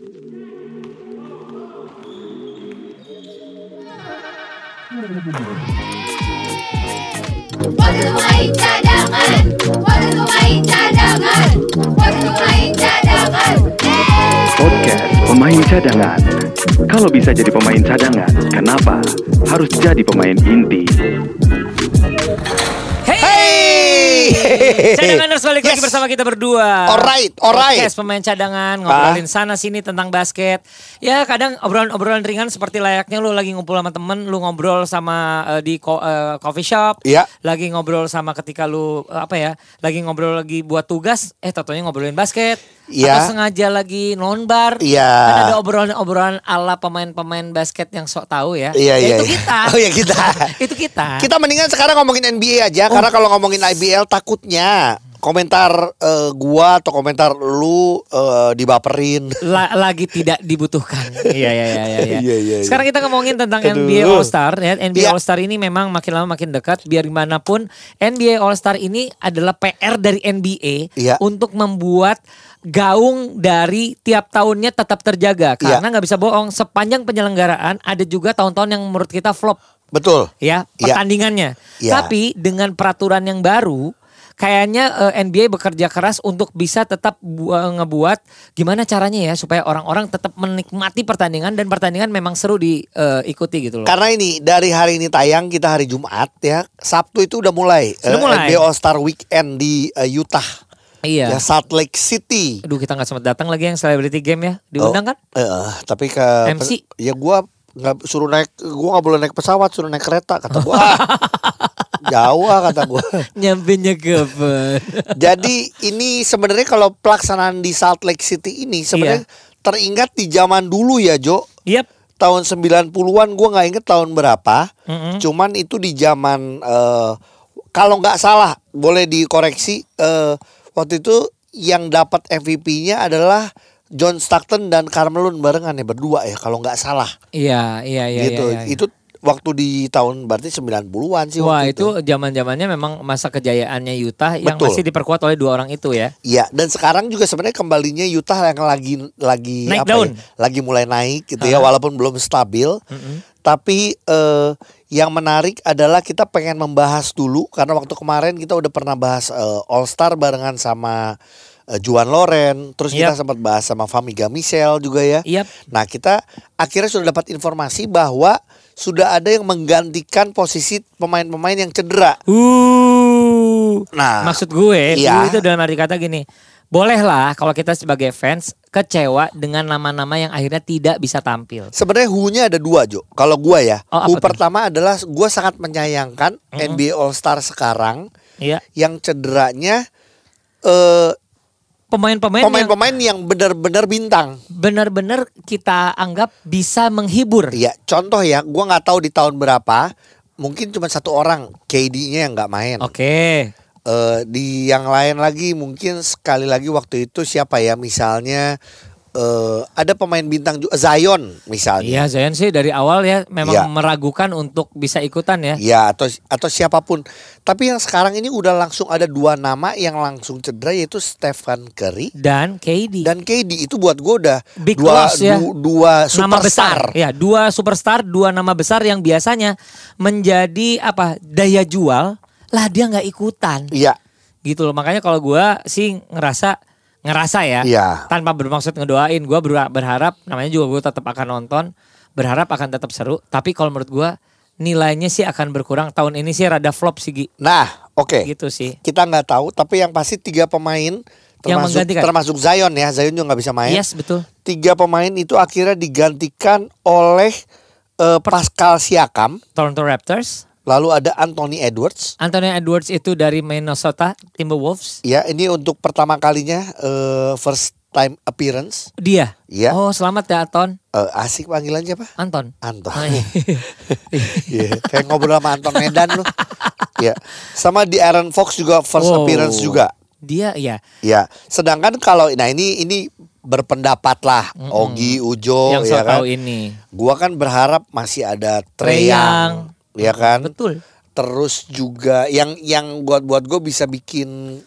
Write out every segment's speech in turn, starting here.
Waktu main cadangan, waktu main cadangan, waktu main cadangan. Podcast Pemain Cadangan. Kalau bisa jadi pemain cadangan, kenapa harus jadi pemain inti? Cadanganers balik lagi bersama kita berdua. Alright. Podcast Pemain Cadangan, ngobrolin sana sini tentang basket. Ya kadang obrolan ringan seperti layaknya lu lagi ngumpul sama temen, lu ngobrol sama di coffee shop. Iya. Lagi ngobrol sama ketika lu lagi ngobrol lagi buat tugas, totonya ngobrolin basket. Iya. Atau sengaja lagi nonbar. Iya. Kan ada obrolan ala pemain-pemain basket yang sok tahu ya. Iya. Itu kita. Oh ya kita. Itu kita. Kita mendingan sekarang ngomongin NBA aja. Karena kalau ngomongin IBL takutnya komentar gua atau komentar lu dibaperin. Lagi tidak dibutuhkan. Iya. Iya. Sekarang kita ngomongin tentang Aduh. NBA All Star ya. NBA Iya. All Star ini memang makin lama makin dekat. Biar gimana pun NBA All Star ini adalah PR dari NBA Iya. untuk membuat gaung dari tiap tahunnya tetap terjaga. Karena nggak bisa bohong, sepanjang penyelenggaraan ada juga tahun-tahun yang menurut kita flop. Betul. Ya pertandingannya. Iya. Tapi dengan peraturan yang baru, kayaknya NBA bekerja keras untuk bisa tetap ngebuat gimana caranya ya supaya orang-orang tetap menikmati pertandingan dan pertandingan memang seru diikuti gitu loh. Karena ini dari hari ini tayang, kita hari Jumat ya. Sabtu itu udah mulai, Sudah mulai. NBA All Star Weekend di Utah. Iya. Ya, Salt Lake City. Aduh, kita nggak sempat datang lagi yang celebrity game ya. Diundang kan? Tapi ke MC? Ya gua nggak suruh naik, gua nggak boleh naik pesawat, suruh naik kereta kata gua. Jauh kata gua. Nyampenya kapan? Jadi ini sebenarnya kalau pelaksanaan di Salt Lake City ini sebenarnya teringat di zaman dulu ya, Jo. Yap. Tahun 90-an gua nggak inget tahun berapa. Mm-mm. Cuman itu di zaman kalau nggak salah boleh dikoreksi, waktu itu yang dapat MVP-nya adalah John Stockton dan Karl Malone barengan ya, berdua ya kalau nggak salah. Iya. Gitu. Iya. Itu waktu di tahun berarti 90-an sih. Wah, waktu itu zaman-zamannya memang masa kejayaannya Utah yang Betul. masih diperkuat oleh dua orang itu ya. Iya, dan sekarang juga sebenarnya kembalinya Utah yang lagi Naik apa daun. ya, lagi mulai naik gitu ya, walaupun belum stabil. Tapi yang menarik adalah kita pengen membahas dulu karena waktu kemarin kita udah pernah bahas All Star barengan sama Juan Loren, terus kita sempat bahas sama Famiga Michelle juga ya. Yap. Nah, kita akhirnya sudah dapat informasi bahwa sudah ada yang menggantikan posisi pemain-pemain yang cedera. Nah, Maksud gue iya. itu dalam arti kata gini. Bolehlah kalau kita sebagai fans kecewa dengan nama-nama yang akhirnya tidak bisa tampil. sebenarnya who-nya ada dua, Jo. Kalau gua ya, Oh, apa who tuh? pertama adalah gua sangat menyayangkan NBA All Star sekarang Iya. yang cederanya Pemain-pemain yang benar-benar bintang. benar-benar kita anggap bisa menghibur. Iya, contoh ya, gua nggak tahu di tahun berapa, mungkin cuma satu orang KD-nya yang nggak main. Oke. Di yang lain lagi mungkin sekali lagi waktu itu siapa ya, misalnya ada pemain bintang juga, Zion misalnya. Iya, Zion sih dari awal ya memang Iya. meragukan untuk bisa ikutan ya. Ya, atau siapapun. Tapi yang sekarang ini udah langsung ada dua nama yang langsung cedera, yaitu Stephen Curry Dan KD. dan KD. Itu buat gue udah Big dua loss ya. dua Nama besar. superstar. Ya, dua superstar, dua nama besar yang biasanya menjadi daya jual, lah dia nggak ikutan. Iya. Gitu loh. Makanya kalau gua sih ngerasa ya, Iya. tanpa bermaksud ngedoain, gua berharap, namanya juga gue tetap akan nonton, berharap akan tetap seru. Tapi kalau menurut gua nilainya sih akan berkurang. Tahun ini sih rada flop sih, Gi. Nah, oke. Gitu sih. Kita nggak tahu, tapi yang pasti tiga pemain menggantikan. termasuk Zion ya. Zion juga nggak bisa main. Yes, betul. Tiga pemain itu akhirnya digantikan oleh Pascal Siakam. Toronto Raptors. Lalu ada Anthony Edwards. Anthony Edwards itu dari Minnesota Timberwolves. Ya, ini untuk pertama kalinya first time appearance. Dia. Iya. Oh, selamat ya Anton. Asik panggilannya apa? Anton. Anton. Oh, iya. Iya, kayak ngobrol sama Anton Medan lu. Iya. Sama di Aaron Fox juga first Wow. appearance juga. Dia ya. Ya, sedangkan kalau ini berpendapat lah Ogi, Ujo Yang ya saya kan. tahu ini. Gua kan berharap masih ada Trae Treyang, ya kan. Betul. Terus juga yang buat gue bisa bikin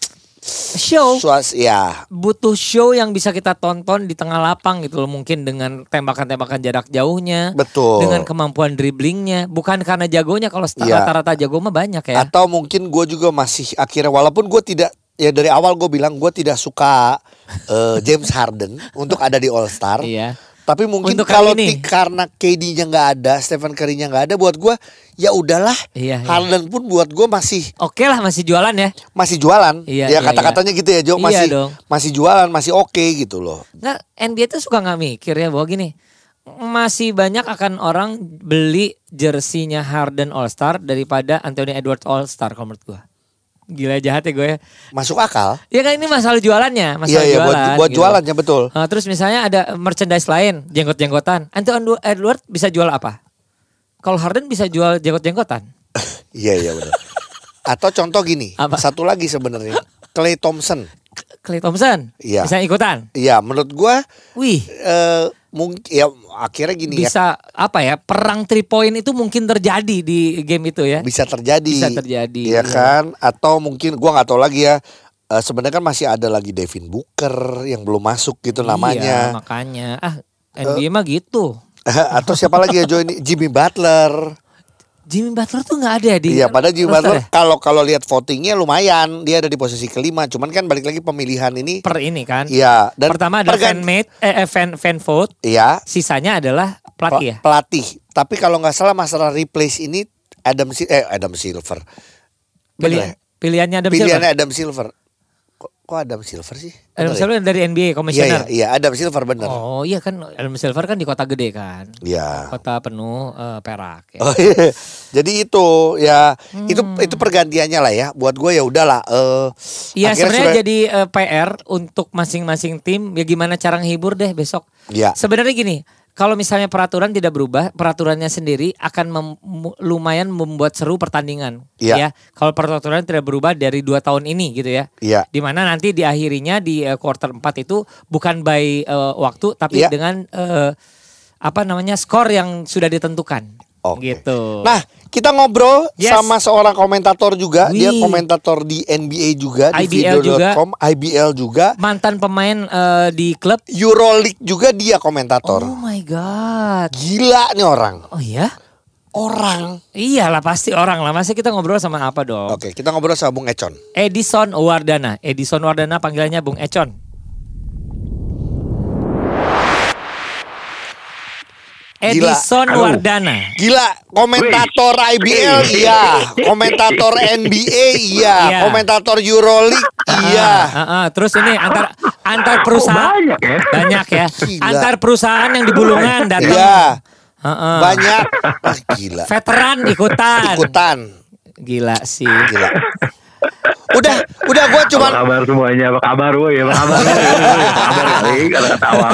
show. Ya. Butuh show yang bisa kita tonton di tengah lapang gitu loh. Mungkin dengan tembakan-tembakan jarak jauhnya. Betul. Dengan kemampuan dribblingnya. Bukan karena jagonya. Kalau Iya. rata-rata jago mah banyak ya. Atau mungkin gue juga masih akhirnya walaupun gue tidak, ya dari awal gue bilang gue tidak suka James Harden untuk ada di All Star. Iya. Tapi mungkin Untuk kalau kali ini. karena KD-nya nggak ada, Stephen Curry-nya nggak ada, buat gue ya udahlah. Iya, iya. Harden pun buat gue masih Oke lah, masih jualan ya. jualan. Iya, Ya iya, kata-katanya gitu ya Jo, Iya dong. masih jualan, masih oke gitu loh. Nggak, NBA tuh suka nggak mikir ya bahwa gini, masih banyak akan orang beli jersinya Harden All Star daripada Anthony Edwards All Star kalau menurut gue. Gila jahat ya gue ya. Masuk akal. Ya kan ini masalah jualannya, masalah Iya, jualan. buat gitu. jualannya betul. Terus misalnya ada merchandise lain, jenggot-jenggotan. Anthony Edwards bisa jual apa? Kalau Harden bisa jual jenggot-jenggotan. Iya benar. Atau contoh gini, Apa? satu lagi sebenarnya, Klay Thompson. Klay Thompson Iya. bisa ikutan. Iya, menurut gue Wih, mungkin ya akhirnya gini ya. bisa apa ya? Perang 3 point itu mungkin terjadi di game itu ya. Bisa terjadi. Bisa terjadi, Iya iya. kan? Atau mungkin gua nggak tahu lagi ya. Sebenarnya kan masih ada lagi Devin Booker yang belum masuk gitu Iya, namanya. makanya NBA mah gitu. Atau siapa lagi ya Jo ini? Jimmy Butler. Jimmy Butler tuh nggak ada di. Iya, padahal Jimmy roster Butler ya? kalau lihat votingnya lumayan, dia ada di posisi kelima. Cuman kan balik lagi pemilihan ini. Per ini kan. Iya. Dan Pertama ada fan vote. Iya. Sisanya adalah pelatih ya. Pelatih. Tapi kalau nggak salah masalah replace ini Adam Silver. Bener ya? Pilihannya ada Pilihannya Adam Silver. Kok Adam Silver sih? Adam Bener ya? Silver dari NBA komisioner. Iya, Adam Silver bener. Oh iya kan Adam Silver kan di kota gede kan. Iya. Kota penuh perak. Ya. Oh, iya. Jadi itu ya itu pergantiannya lah ya. Buat gue ya udahlah. Iya akhirnya sebenarnya sudah- jadi PR untuk masing-masing tim ya gimana cara ngehibur deh besok. Iya. Sebenarnya gini, kalau misalnya peraturan tidak berubah, peraturannya sendiri akan lumayan membuat seru pertandingan. Iya. Ya, kalau peraturan tidak berubah dari 2 tahun ini gitu ya. Iya. Dimana nanti diakhirinya di quarter 4 itu bukan by waktu tapi Iya. dengan skor yang sudah ditentukan. Oke. Gitu. Nah, kita ngobrol Yes. sama seorang komentator juga. Dia Wih. komentator di NBA juga, di IBL video.com, IBL juga. Mantan pemain di klub. Euroleague juga dia komentator. Oh my god. Gila nih orang. Oh iya? Orang. Iyalah pasti orang lah. Masa kita ngobrol sama apa dong? Oke, kita ngobrol sama Bung Econ. Edison Wardana. Edison Wardana panggilannya Bung Econ. Edison Halo. Wardana. Gila, komentator IBL iya, komentator NBA iya, Iya. komentator Euroleague iya. Terus ini antar perusahaan banyak ya? banyak ya. Gila. Antar perusahaan yang di Bulungan datang. Iya, Heeh. banyak. Gila. Veteran ikutan. Ikutan. Gila sih. Gila. Udah gue Apa cuman kabar semuanya? Apa kabar woy? Apa kabar? Apa kabar kali? Kalau ketawa.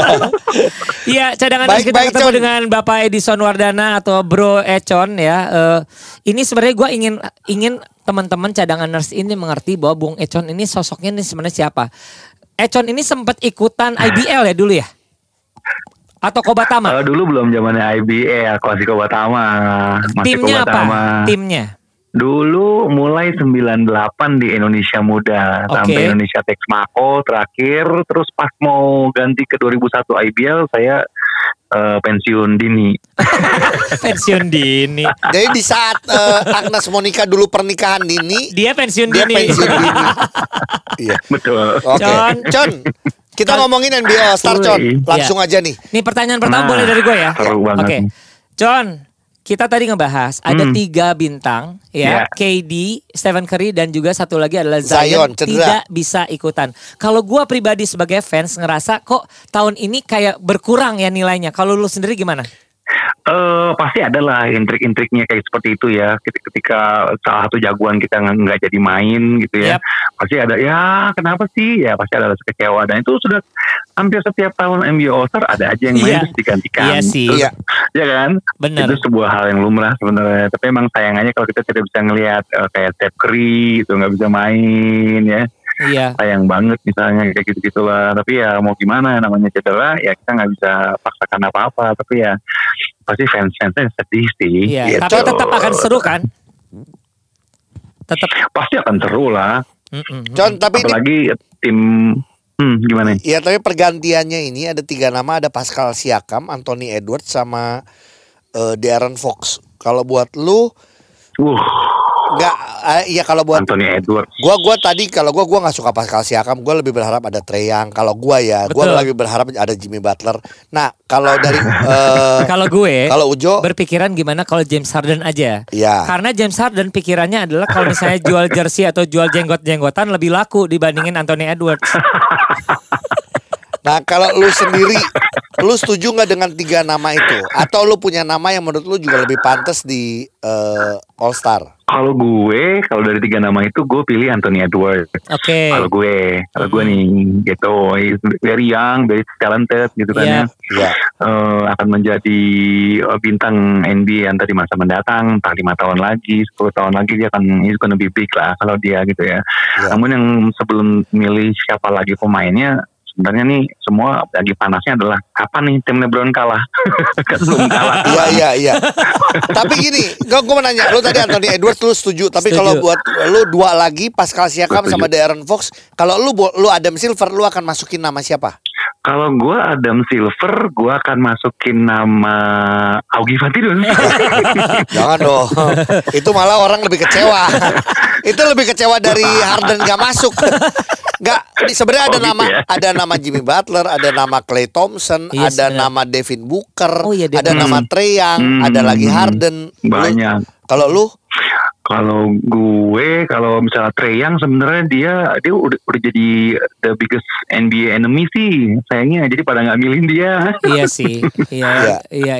Iya, cadangan Baik, kita baik, ketemu Con. dengan Bapak Edison Wardana atau Bro Econ ya. Ini sebenarnya gue ingin teman-teman cadangan nurse ini mengerti bahwa Bung Econ ini sosoknya ini sebenarnya siapa. Econ ini sempat ikutan IBL ya dulu ya? Atau Kobatama? Dulu belum zamannya IBL, masih Kobatama. Masih Timnya apa? Kobatama. Timnya? Dulu mulai 98 di Indonesia Muda Oke. sampai Indonesia Texmaco terakhir, terus pas mau ganti ke 2001 IBL saya pensiun dini. Pensiun dini. jadi di saat Agnes Monica dulu pernikahan dini, Dia pensiun dia dini. pensiun dini. Iya. Betul. Oke. Con. Kita ngomongin NBA All Star, Con. Woi. Langsung aja nih. Nih pertanyaan pertama Nah, boleh dari gue ya. seru banget Oke. nih. John, kita tadi ngebahas ada 3 bintang ya, Ya. KD, Stephen Curry dan juga satu lagi adalah Zion, Zion cedera. tidak bisa ikutan. Kalau gua pribadi sebagai fans ngerasa kok tahun ini kayak berkurang ya nilainya. Kalau lu sendiri gimana? Pasti ada lah intrik-intriknya kayak seperti itu ya. Ketika salah satu jagoan kita nggak jadi main gitu ya, Yap. pasti ada ya kenapa sih ya pasti ada rasa kecewa dan itu sudah hampir setiap tahun NBA All Star ada aja yang main Iya. terus digantikan. Iya sih. Terus, Iya. ya kan? Benar. Itu sebuah hal yang lumrah sebenarnya. Tapi emang sayangannya kalau kita tidak bisa ngelihat kayak Steph Curry itu nggak bisa main ya. Iya. Sayang banget misalnya kayak gitu-gitu lah. Tapi ya mau gimana namanya cedera ya kita nggak bisa paksakan apa-apa. Tapi ya pasti fans-fansnya sedih sih. Iya, gitu. tapi tetap akan seru kan? Tetap Pasti akan seru lah. Con, tapi ini, Apalagi tim gimana? ya tapi pergantiannya ini ada 3 nama, ada Pascal Siakam, Anthony Edwards sama De'Aaron Fox. Kalau buat lu nggak, ya kalau buat Anthony Edwards. gua tadi kalau gua nggak suka Pascal Siakam, gua lebih berharap ada Trae Young. Kalau gua Betul. lebih berharap ada Jimmy Butler. Nah, kalau dari Kalau gue kalau Ujo berpikiran gimana kalau James Harden aja. ya. Karena James Harden pikirannya adalah kalau misalnya jual jersey atau jual jenggot-jenggotan lebih laku dibandingin Anthony Edwards. Nah, kalau lu sendiri, lu setuju nggak dengan 3 nama itu? Atau lu punya nama yang menurut lu juga lebih pantas di All Star? Kalau dari 3 nama itu gue pilih Anthony Edwards. Oke. Kalau gue nih gitu, he's very young, very talented gitu kan ya. Iya. Akan menjadi bintang NBA nanti di masa mendatang, entah 5 tahun lagi, 10 tahun lagi dia akan he's gonna be big lah kalau dia gitu ya. Iya. Namun yang sebelum milih siapa lagi pemainnya, sebenarnya nih semua lagi panasnya adalah kapan nih tim LeBron kalah? Kan belum kalah. Iya. Tapi gini, gue mau nanya, lu tadi Anthony Edwards lu setuju, tapi Setuju. kalau buat lu 2 lagi Pascal Siakam sama De'Aaron Fox, kalau lu Adam Silver, lu akan masukin nama siapa? Kalau gue Adam Silver, gue akan masukin nama Augie Fantidun. Jangan dong. Itu malah orang lebih kecewa. Itu lebih kecewa dari Harden gak masuk. Gak, sebenarnya ada Oh, gitu nama ya. ada nama Jimmy Butler, ada nama Klay Thompson, Iya, ada sebenarnya. nama Devin Booker, Oh, iya, ada Devin. nama Trae Young, ada lagi Harden. Banyak. Kalau lu Kalau misalnya Trae Young sebenarnya dia udah jadi the biggest NBA enemy sih sayangnya, jadi pada nggak milih dia. Iya sih. Iya.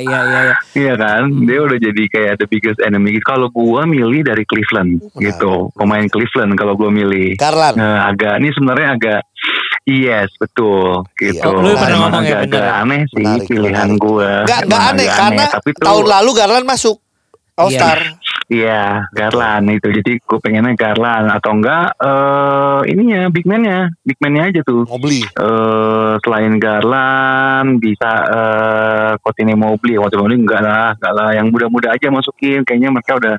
Iya kan, dia udah jadi kayak the biggest enemy. Kalau gua milih dari Cleveland gitu, pemain Cleveland kalau gua milih. Garland. Ini sebenarnya agak yes betul gitu. Oh, lu pernah Emang ngomong ya, agak bener. aneh sih Menarik, pilihan menarik. gua. Nggak Emang aneh agak karena tapi tuh, tahun lalu Garland masuk All Iya. Star. iya, Garland itu. Jadi gue pengennya Garland atau enggak ininya big man-nya aja tuh. Mobley. Selain Garland bisa Coutinho Mobley. Waktu Mobley enggak lah yang muda-muda aja masukin. Kayaknya mereka udah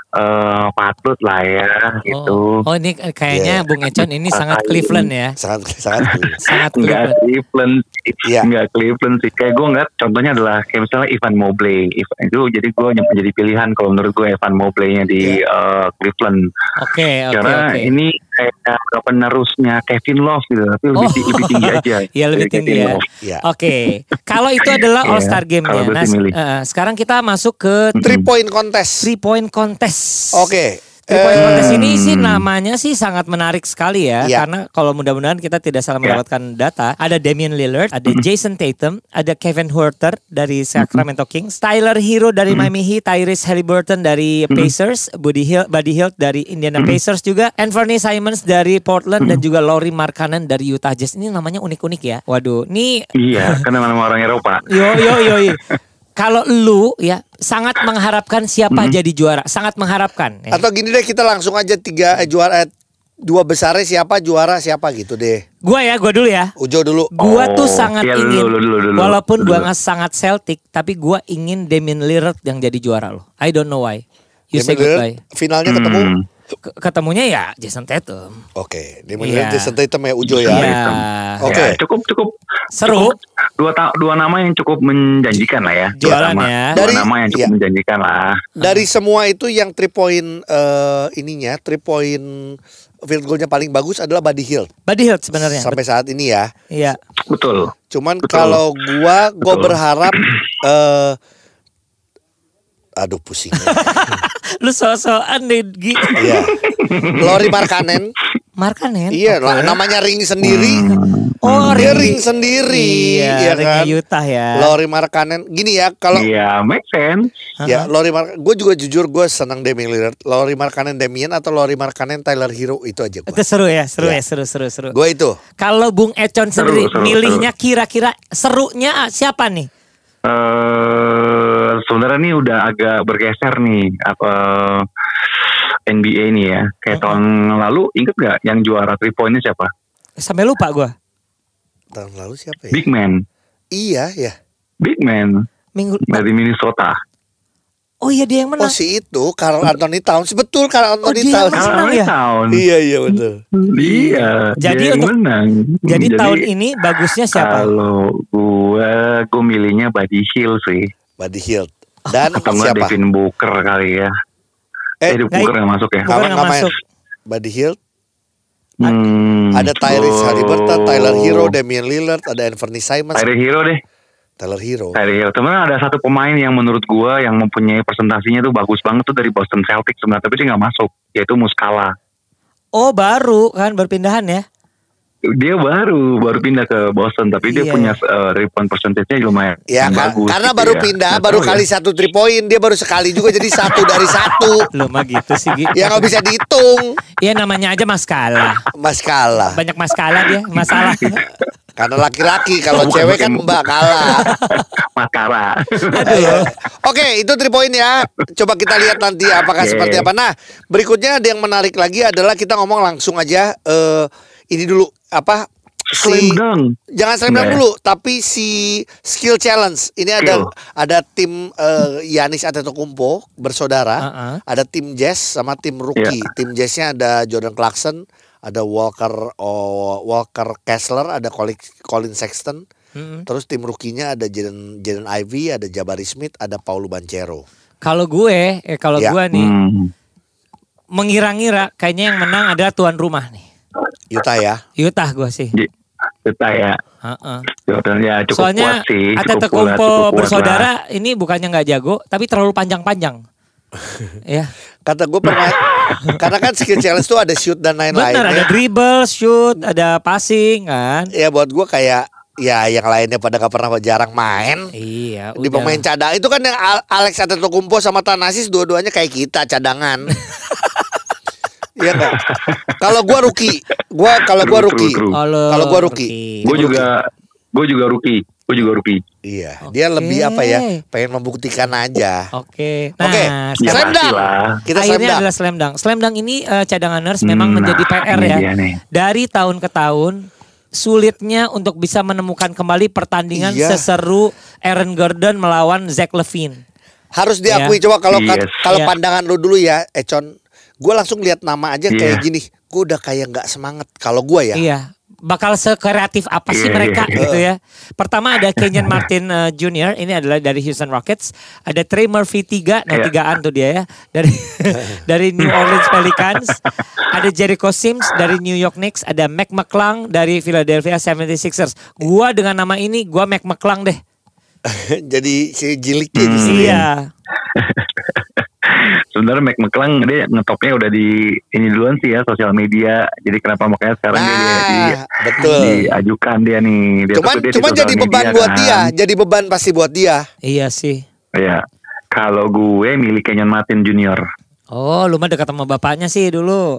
patut lah ya gitu. Oh, ini kayaknya Iya. Bung Econ ini sangat Cleveland ya. Sangat Sangat Enggak Cleveland. Cleveland, Iya. enggak Cleveland sih. Kayak gue enggak. Contohnya adalah kayak misalnya Evan Mobley. Itu jadi gue menjadi pilihan kalau menurut gue Evan Mobley-nya di Cleveland. Oke. Karena ini kayak penerusnya Kevin Love gitu, tapi lebih tinggi aja. Iya, lebih dari tinggi Kevin ya. Love. Iya. Oke. Kalau itu adalah Iya, All Star Game-nya. kalau gue Nah, sih milih. sekarang kita masuk ke 3-point contest. 3-point contest. Oke. 3-point contest ini sih namanya sih sangat menarik sekali ya. Iya. Karena kalau mudah-mudahan kita tidak salah Iya. mendapatkan data. Ada Damian Lillard, ada Jason Tatum, ada Kevin Huerter dari Sacramento Kings, Tyler Hero dari Miami Heat, Tyrese Haliburton dari Pacers, Buddy Hield dari Indiana Pacers juga, Anthony Simons dari Portland dan juga Lauri Markkanen dari Utah Jazz. Ini namanya unik-unik ya. Waduh, ini Iya, karena nama orang Eropa. yo. Kalau lu ya sangat mengharapkan siapa jadi juara, sangat mengharapkan. Ya. Atau gini deh, kita langsung aja 2 besarnya siapa, juara siapa gitu deh. Gua dulu ya. Ujo dulu. Gua tuh sangat iya, ingin, dulu. walaupun gua Dulu. nggak sangat Celtic, tapi gua ingin Damian Lillard yang jadi juara loh. I don't know why. You say Damian Lillard, goodbye. finalnya ketemu. Ketemunya ya Jason Tatum. Oke, Damian Iya. Lillard, Jason Tatum ya Ujo ya. Iya. Oke. Ya, cukup Seru. dua nama yang cukup menjanjikan lah ya. Jualan Dua nama- ya. Dua Dari- nama yang cukup iya. menjanjikan lah. Dari semua itu yang 3-point ininya, 3-point field goalnya paling bagus adalah Buddy Hield Buddy Hield sebenarnya. sampai saat ini ya. Iya. Betul. Cuman Betul. kalau gua Betul. berharap aduh pusing. Lu so-soan deh Gi. Iya. Lauri Markkanen. Markkanen. Iya, Oke. namanya ring sendiri. Oh, Dia ring ring sendiri, Iya, ya ringnya kan? Utah ya. Lauri Markkanen. Gini ya, kalau Iya, make sense. ya Lauri Markkanen, gue juga jujur gue senang Damian Lillard. Lauri Markkanen Damian atau Lauri Markkanen Tyler Hero itu aja gue. Itu seru ya, Iya. seru. Gue itu. Kalau Bung Econ sendiri Seru. milihnya kira-kira serunya siapa nih? Sebenarnya nih udah agak bergeser nih NBA nih ya. Kayak tahun lalu inget gak yang juara 3-point-nya siapa? Sampai lupa gua. Tahun lalu siapa ya? Big Man. Iya ya. Big Man Minggu dari Minnesota. Oh iya dia yang Oh menang. si itu Karl Anthony Towns. Betul Karl Anthony dia yang Towns. menang ya? Tahun. Iya betul. Iya. Jadi dia yang untuk- menang. Jadi tahun ini bagusnya siapa? Kalau gue milihnya Buddy Hield sih. Buddy Hield. Dan Atau enggak siapa? Devin Booker kali ya. Eh, Booker nggak masuk ya. Booker Kawan nggak nggak main. masuk. Buddy Hield. Ada Tyrese oh. Haliburton, Tyler Hero, Damian Lillard, ada Anthony Simons, Tyler Hero deh. Tyler Hero. Tyler Hero. Temen ada satu pemain yang menurut gua yang mempunyai presentasinya tuh bagus banget tuh dari Boston Celtics sebenarnya, tapi dia nggak masuk, yaitu Muscala. Oh baru kan berpindahan ya? Dia baru pindah ke Boston, tapi dia Iya, punya rebound percentage-nya lumayan Ya bagus. karena gitu baru ya. pindah, Nggak baru tahu kali ya. 1 3 point, dia baru sekali juga jadi 1 dari 1. Lu mah gitu sih Gi. Ya nggak bisa dihitung. Iya namanya aja maskalah. Mas kalah. Banyak maskalah dia, masalah. Karena laki-laki, kalau Bukan cewek kan pakai- mbak kalah. Maskara. Iya. Oke, itu 3 point ya. Coba kita lihat nanti apakah Oke. seperti apa. Nah, berikutnya ada yang menarik lagi adalah kita ngomong langsung aja ini dulu apa? Slam dunk. Jangan slam dunk Nggak ya? dulu, tapi si skill challenge. Ini Skill. ada tim Giannis Antetokounmpo bersaudara, ada tim Jazz sama tim rookie. Iya. Tim Jazznya ada Jordan Clarkson, ada Walker Kessler, ada Colin Sexton. Terus tim rookie-nya ada Jaden Ivey, ada Jabari Smith, ada Paulo Banchero. Kalau gue, kalau Ya. gue nih Hmm. mengira-ngira kayaknya yang menang adalah tuan rumah nih. Utah ya. Utah gue sih. Kita ya. Heeh. Jordan ya cukup Soalnya kuat sih. Antetokounmpo bersaudara ini bukannya nggak jago, tapi terlalu panjang-panjang. Ya, Kata gue pernah, karena kan skill challenge tuh ada shoot dan lain-lain. benar ada dribble, shoot, ada passing kan. Ya buat gue kayak ya yang lainnya pada gak pernah jarang main. Iya, Di udah. pemain cadangan itu kan yang Alex Antetokounmpo sama Thanasis dua-duanya kayak kita cadangan. Iya enggak? Kalau gua rookie, kalau gua True, rookie. true, true. Kalau gua rookie. Gue juga rookie. Iya, dia lebih apa ya? Pengen membuktikan aja. Oke. Oke, Nah, Ya, slam dunk. pastilah. Kita slam akhirnya dunk. adalah slam dunk. Slam dunk ini cadanganers memang menjadi PR ini ya. dia nih. Dari tahun ke tahun sulitnya untuk bisa menemukan kembali pertandingan Iya. seseru Aaron Gordon melawan Zach LaVine. Harus diakui coba kalau Yes. Iya. pandangan lu dulu ya, Econ. Gua langsung lihat nama aja kayak Iya. gini. Gua udah kayak nggak semangat kalau gua ya. Iya. Bakal sekreatif apa sih Iya, mereka iya. gitu ya. Pertama ada Kenyon Martin Jr. Ini adalah dari Houston Rockets. Ada Trey Murphy 3. Nah Iya. 3-an tuh dia ya. Dari New Orleans Pelicans. Ada Jericho Sims dari New York Knicks. Ada Mac McClung dari Philadelphia 76ers. Gua dengan nama ini gua Mac McClung deh. Jadi si Jiliknya di sini. Iya. Sebenarnya Mac McClung dia ngetopnya udah di ini duluan sih ya sosial media. Jadi kenapa makanya sekarang dia betul. diajukan dia nih. Dia Cuman tuh dia di cuman sosial jadi beban media buat kan. dia, jadi beban pasti buat dia. Iya sih. Iya. Kalau gue milih Kenyon Martin Jr. Oh, lu mah dekat sama bapaknya sih dulu.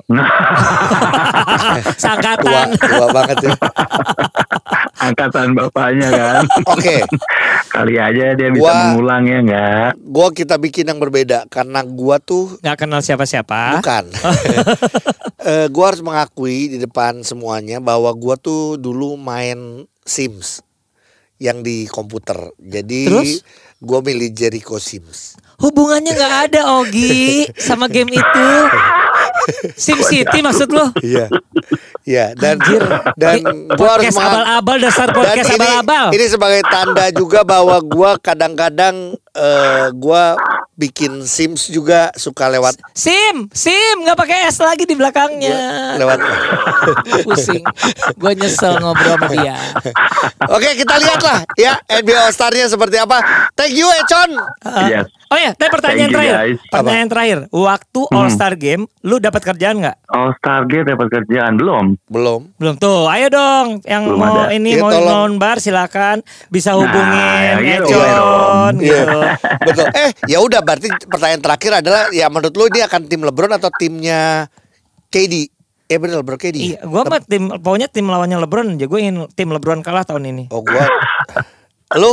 Sangkatan. Tua banget ya. Angkatan bapaknya kan. Oke. Kali aja dia bisa Gua- mengulang ya enggak? Gua kita bikin yang berbeda karena gua tuh Nggak kenal siapa-siapa. bukan. Gua harus mengakui di depan semuanya bahwa gua tuh dulu main Sims yang di komputer. Jadi Terus? gua milih Jericho Sims. Hubungannya nggak ada Ogi sama game itu. Sim City maksud lo? Iya. Iya, dan Anjir. gua harus Podcast abal-abal dasar dan podcast abal-abal. ini sebagai tanda juga bahwa gua kadang-kadang gua bikin Sims juga suka lewat Sim, nggak pakai S lagi di belakangnya. lewat. Pusing. Gue nyesel ngobrol sama dia. Oke, kita lihat lah ya NBA All Star-nya seperti apa. Thank you Econ. Yes. Oh ya, tapi pertanyaan Thank you, terakhir. guys. Pertanyaan terakhir. Waktu All Star Game, lu dapat kerjaan nggak? All Star Game dapat kerjaan belum? Belum. Belum tuh. Ayo dong, yang Belum mau ada. ini Ya, mau tolong. bar silakan bisa hubungin gitu Econ dong. gitu. Betul. Ya udah berarti pertanyaan terakhir adalah ya menurut lu dia akan tim LeBron atau timnya KD? Bener LeBron KD. Iya, gue mah pokoknya tim lawannya LeBron aja. Gue ingin tim LeBron kalah tahun ini. Oh gua. Lu?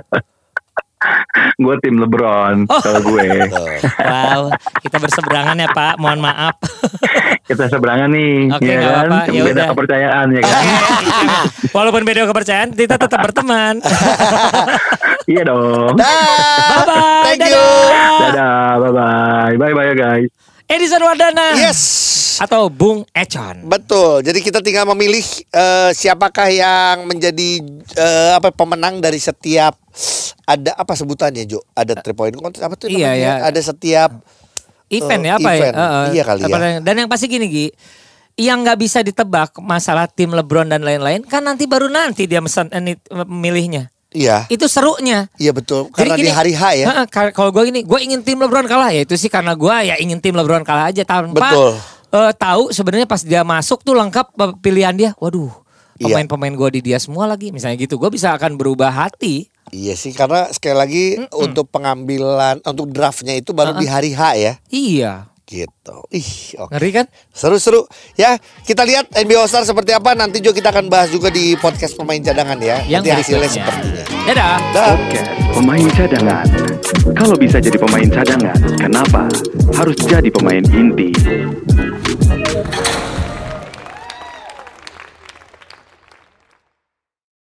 Gue tim LeBron kalau gue. Wow, kita berseberangan ya Pak. Mohon maaf. Kita seberangan nih, Oke, ya nggak kan? apa-apa, ya Beda udah. kepercayaan ya kan? Walaupun beda kepercayaan, kita tetap berteman. Iya dong. Dah. Bye-bye. Thank you. Dadah, bye-bye ya guys. Edison Wardana. Yes. Atau Bung Econ. Betul. Jadi kita tinggal memilih siapakah yang menjadi pemenang dari setiap ada apa sebutannya Jo? Ada 3 point contest apa tuh Iya, namanya? ya. Ada setiap Event ya apa event. ya? Iya kali ya. Dan yang pasti gini Gi, yang nggak bisa ditebak masalah tim LeBron dan lain-lain kan nanti baru nanti dia milihnya. Iya. Itu serunya. Iya betul. Karena Jadi di hari H ya. Kalau gue gini, gue ingin tim LeBron kalah ya itu sih karena gue ya ingin tim LeBron kalah aja tanpa Betul. tahu sebenarnya pas dia masuk tuh lengkap pilihan dia. Waduh, Iya. pemain-pemain gue di dia semua lagi misalnya gitu. Gue bisa akan berubah hati. Iya sih karena sekali lagi untuk pengambilan untuk draftnya itu baru di hari H ya. Iya. Gitu. Ih, oke. Ngeri kan? Seru-seru. Ya, kita lihat NBA All Star seperti apa. Nanti juga kita akan bahas juga di podcast pemain cadangan ya. Yang Nanti hasilnya berikutnya. sepertinya. Dadah. Dah. Podcast pemain cadangan. Kalau bisa jadi pemain cadangan, kenapa harus jadi pemain inti?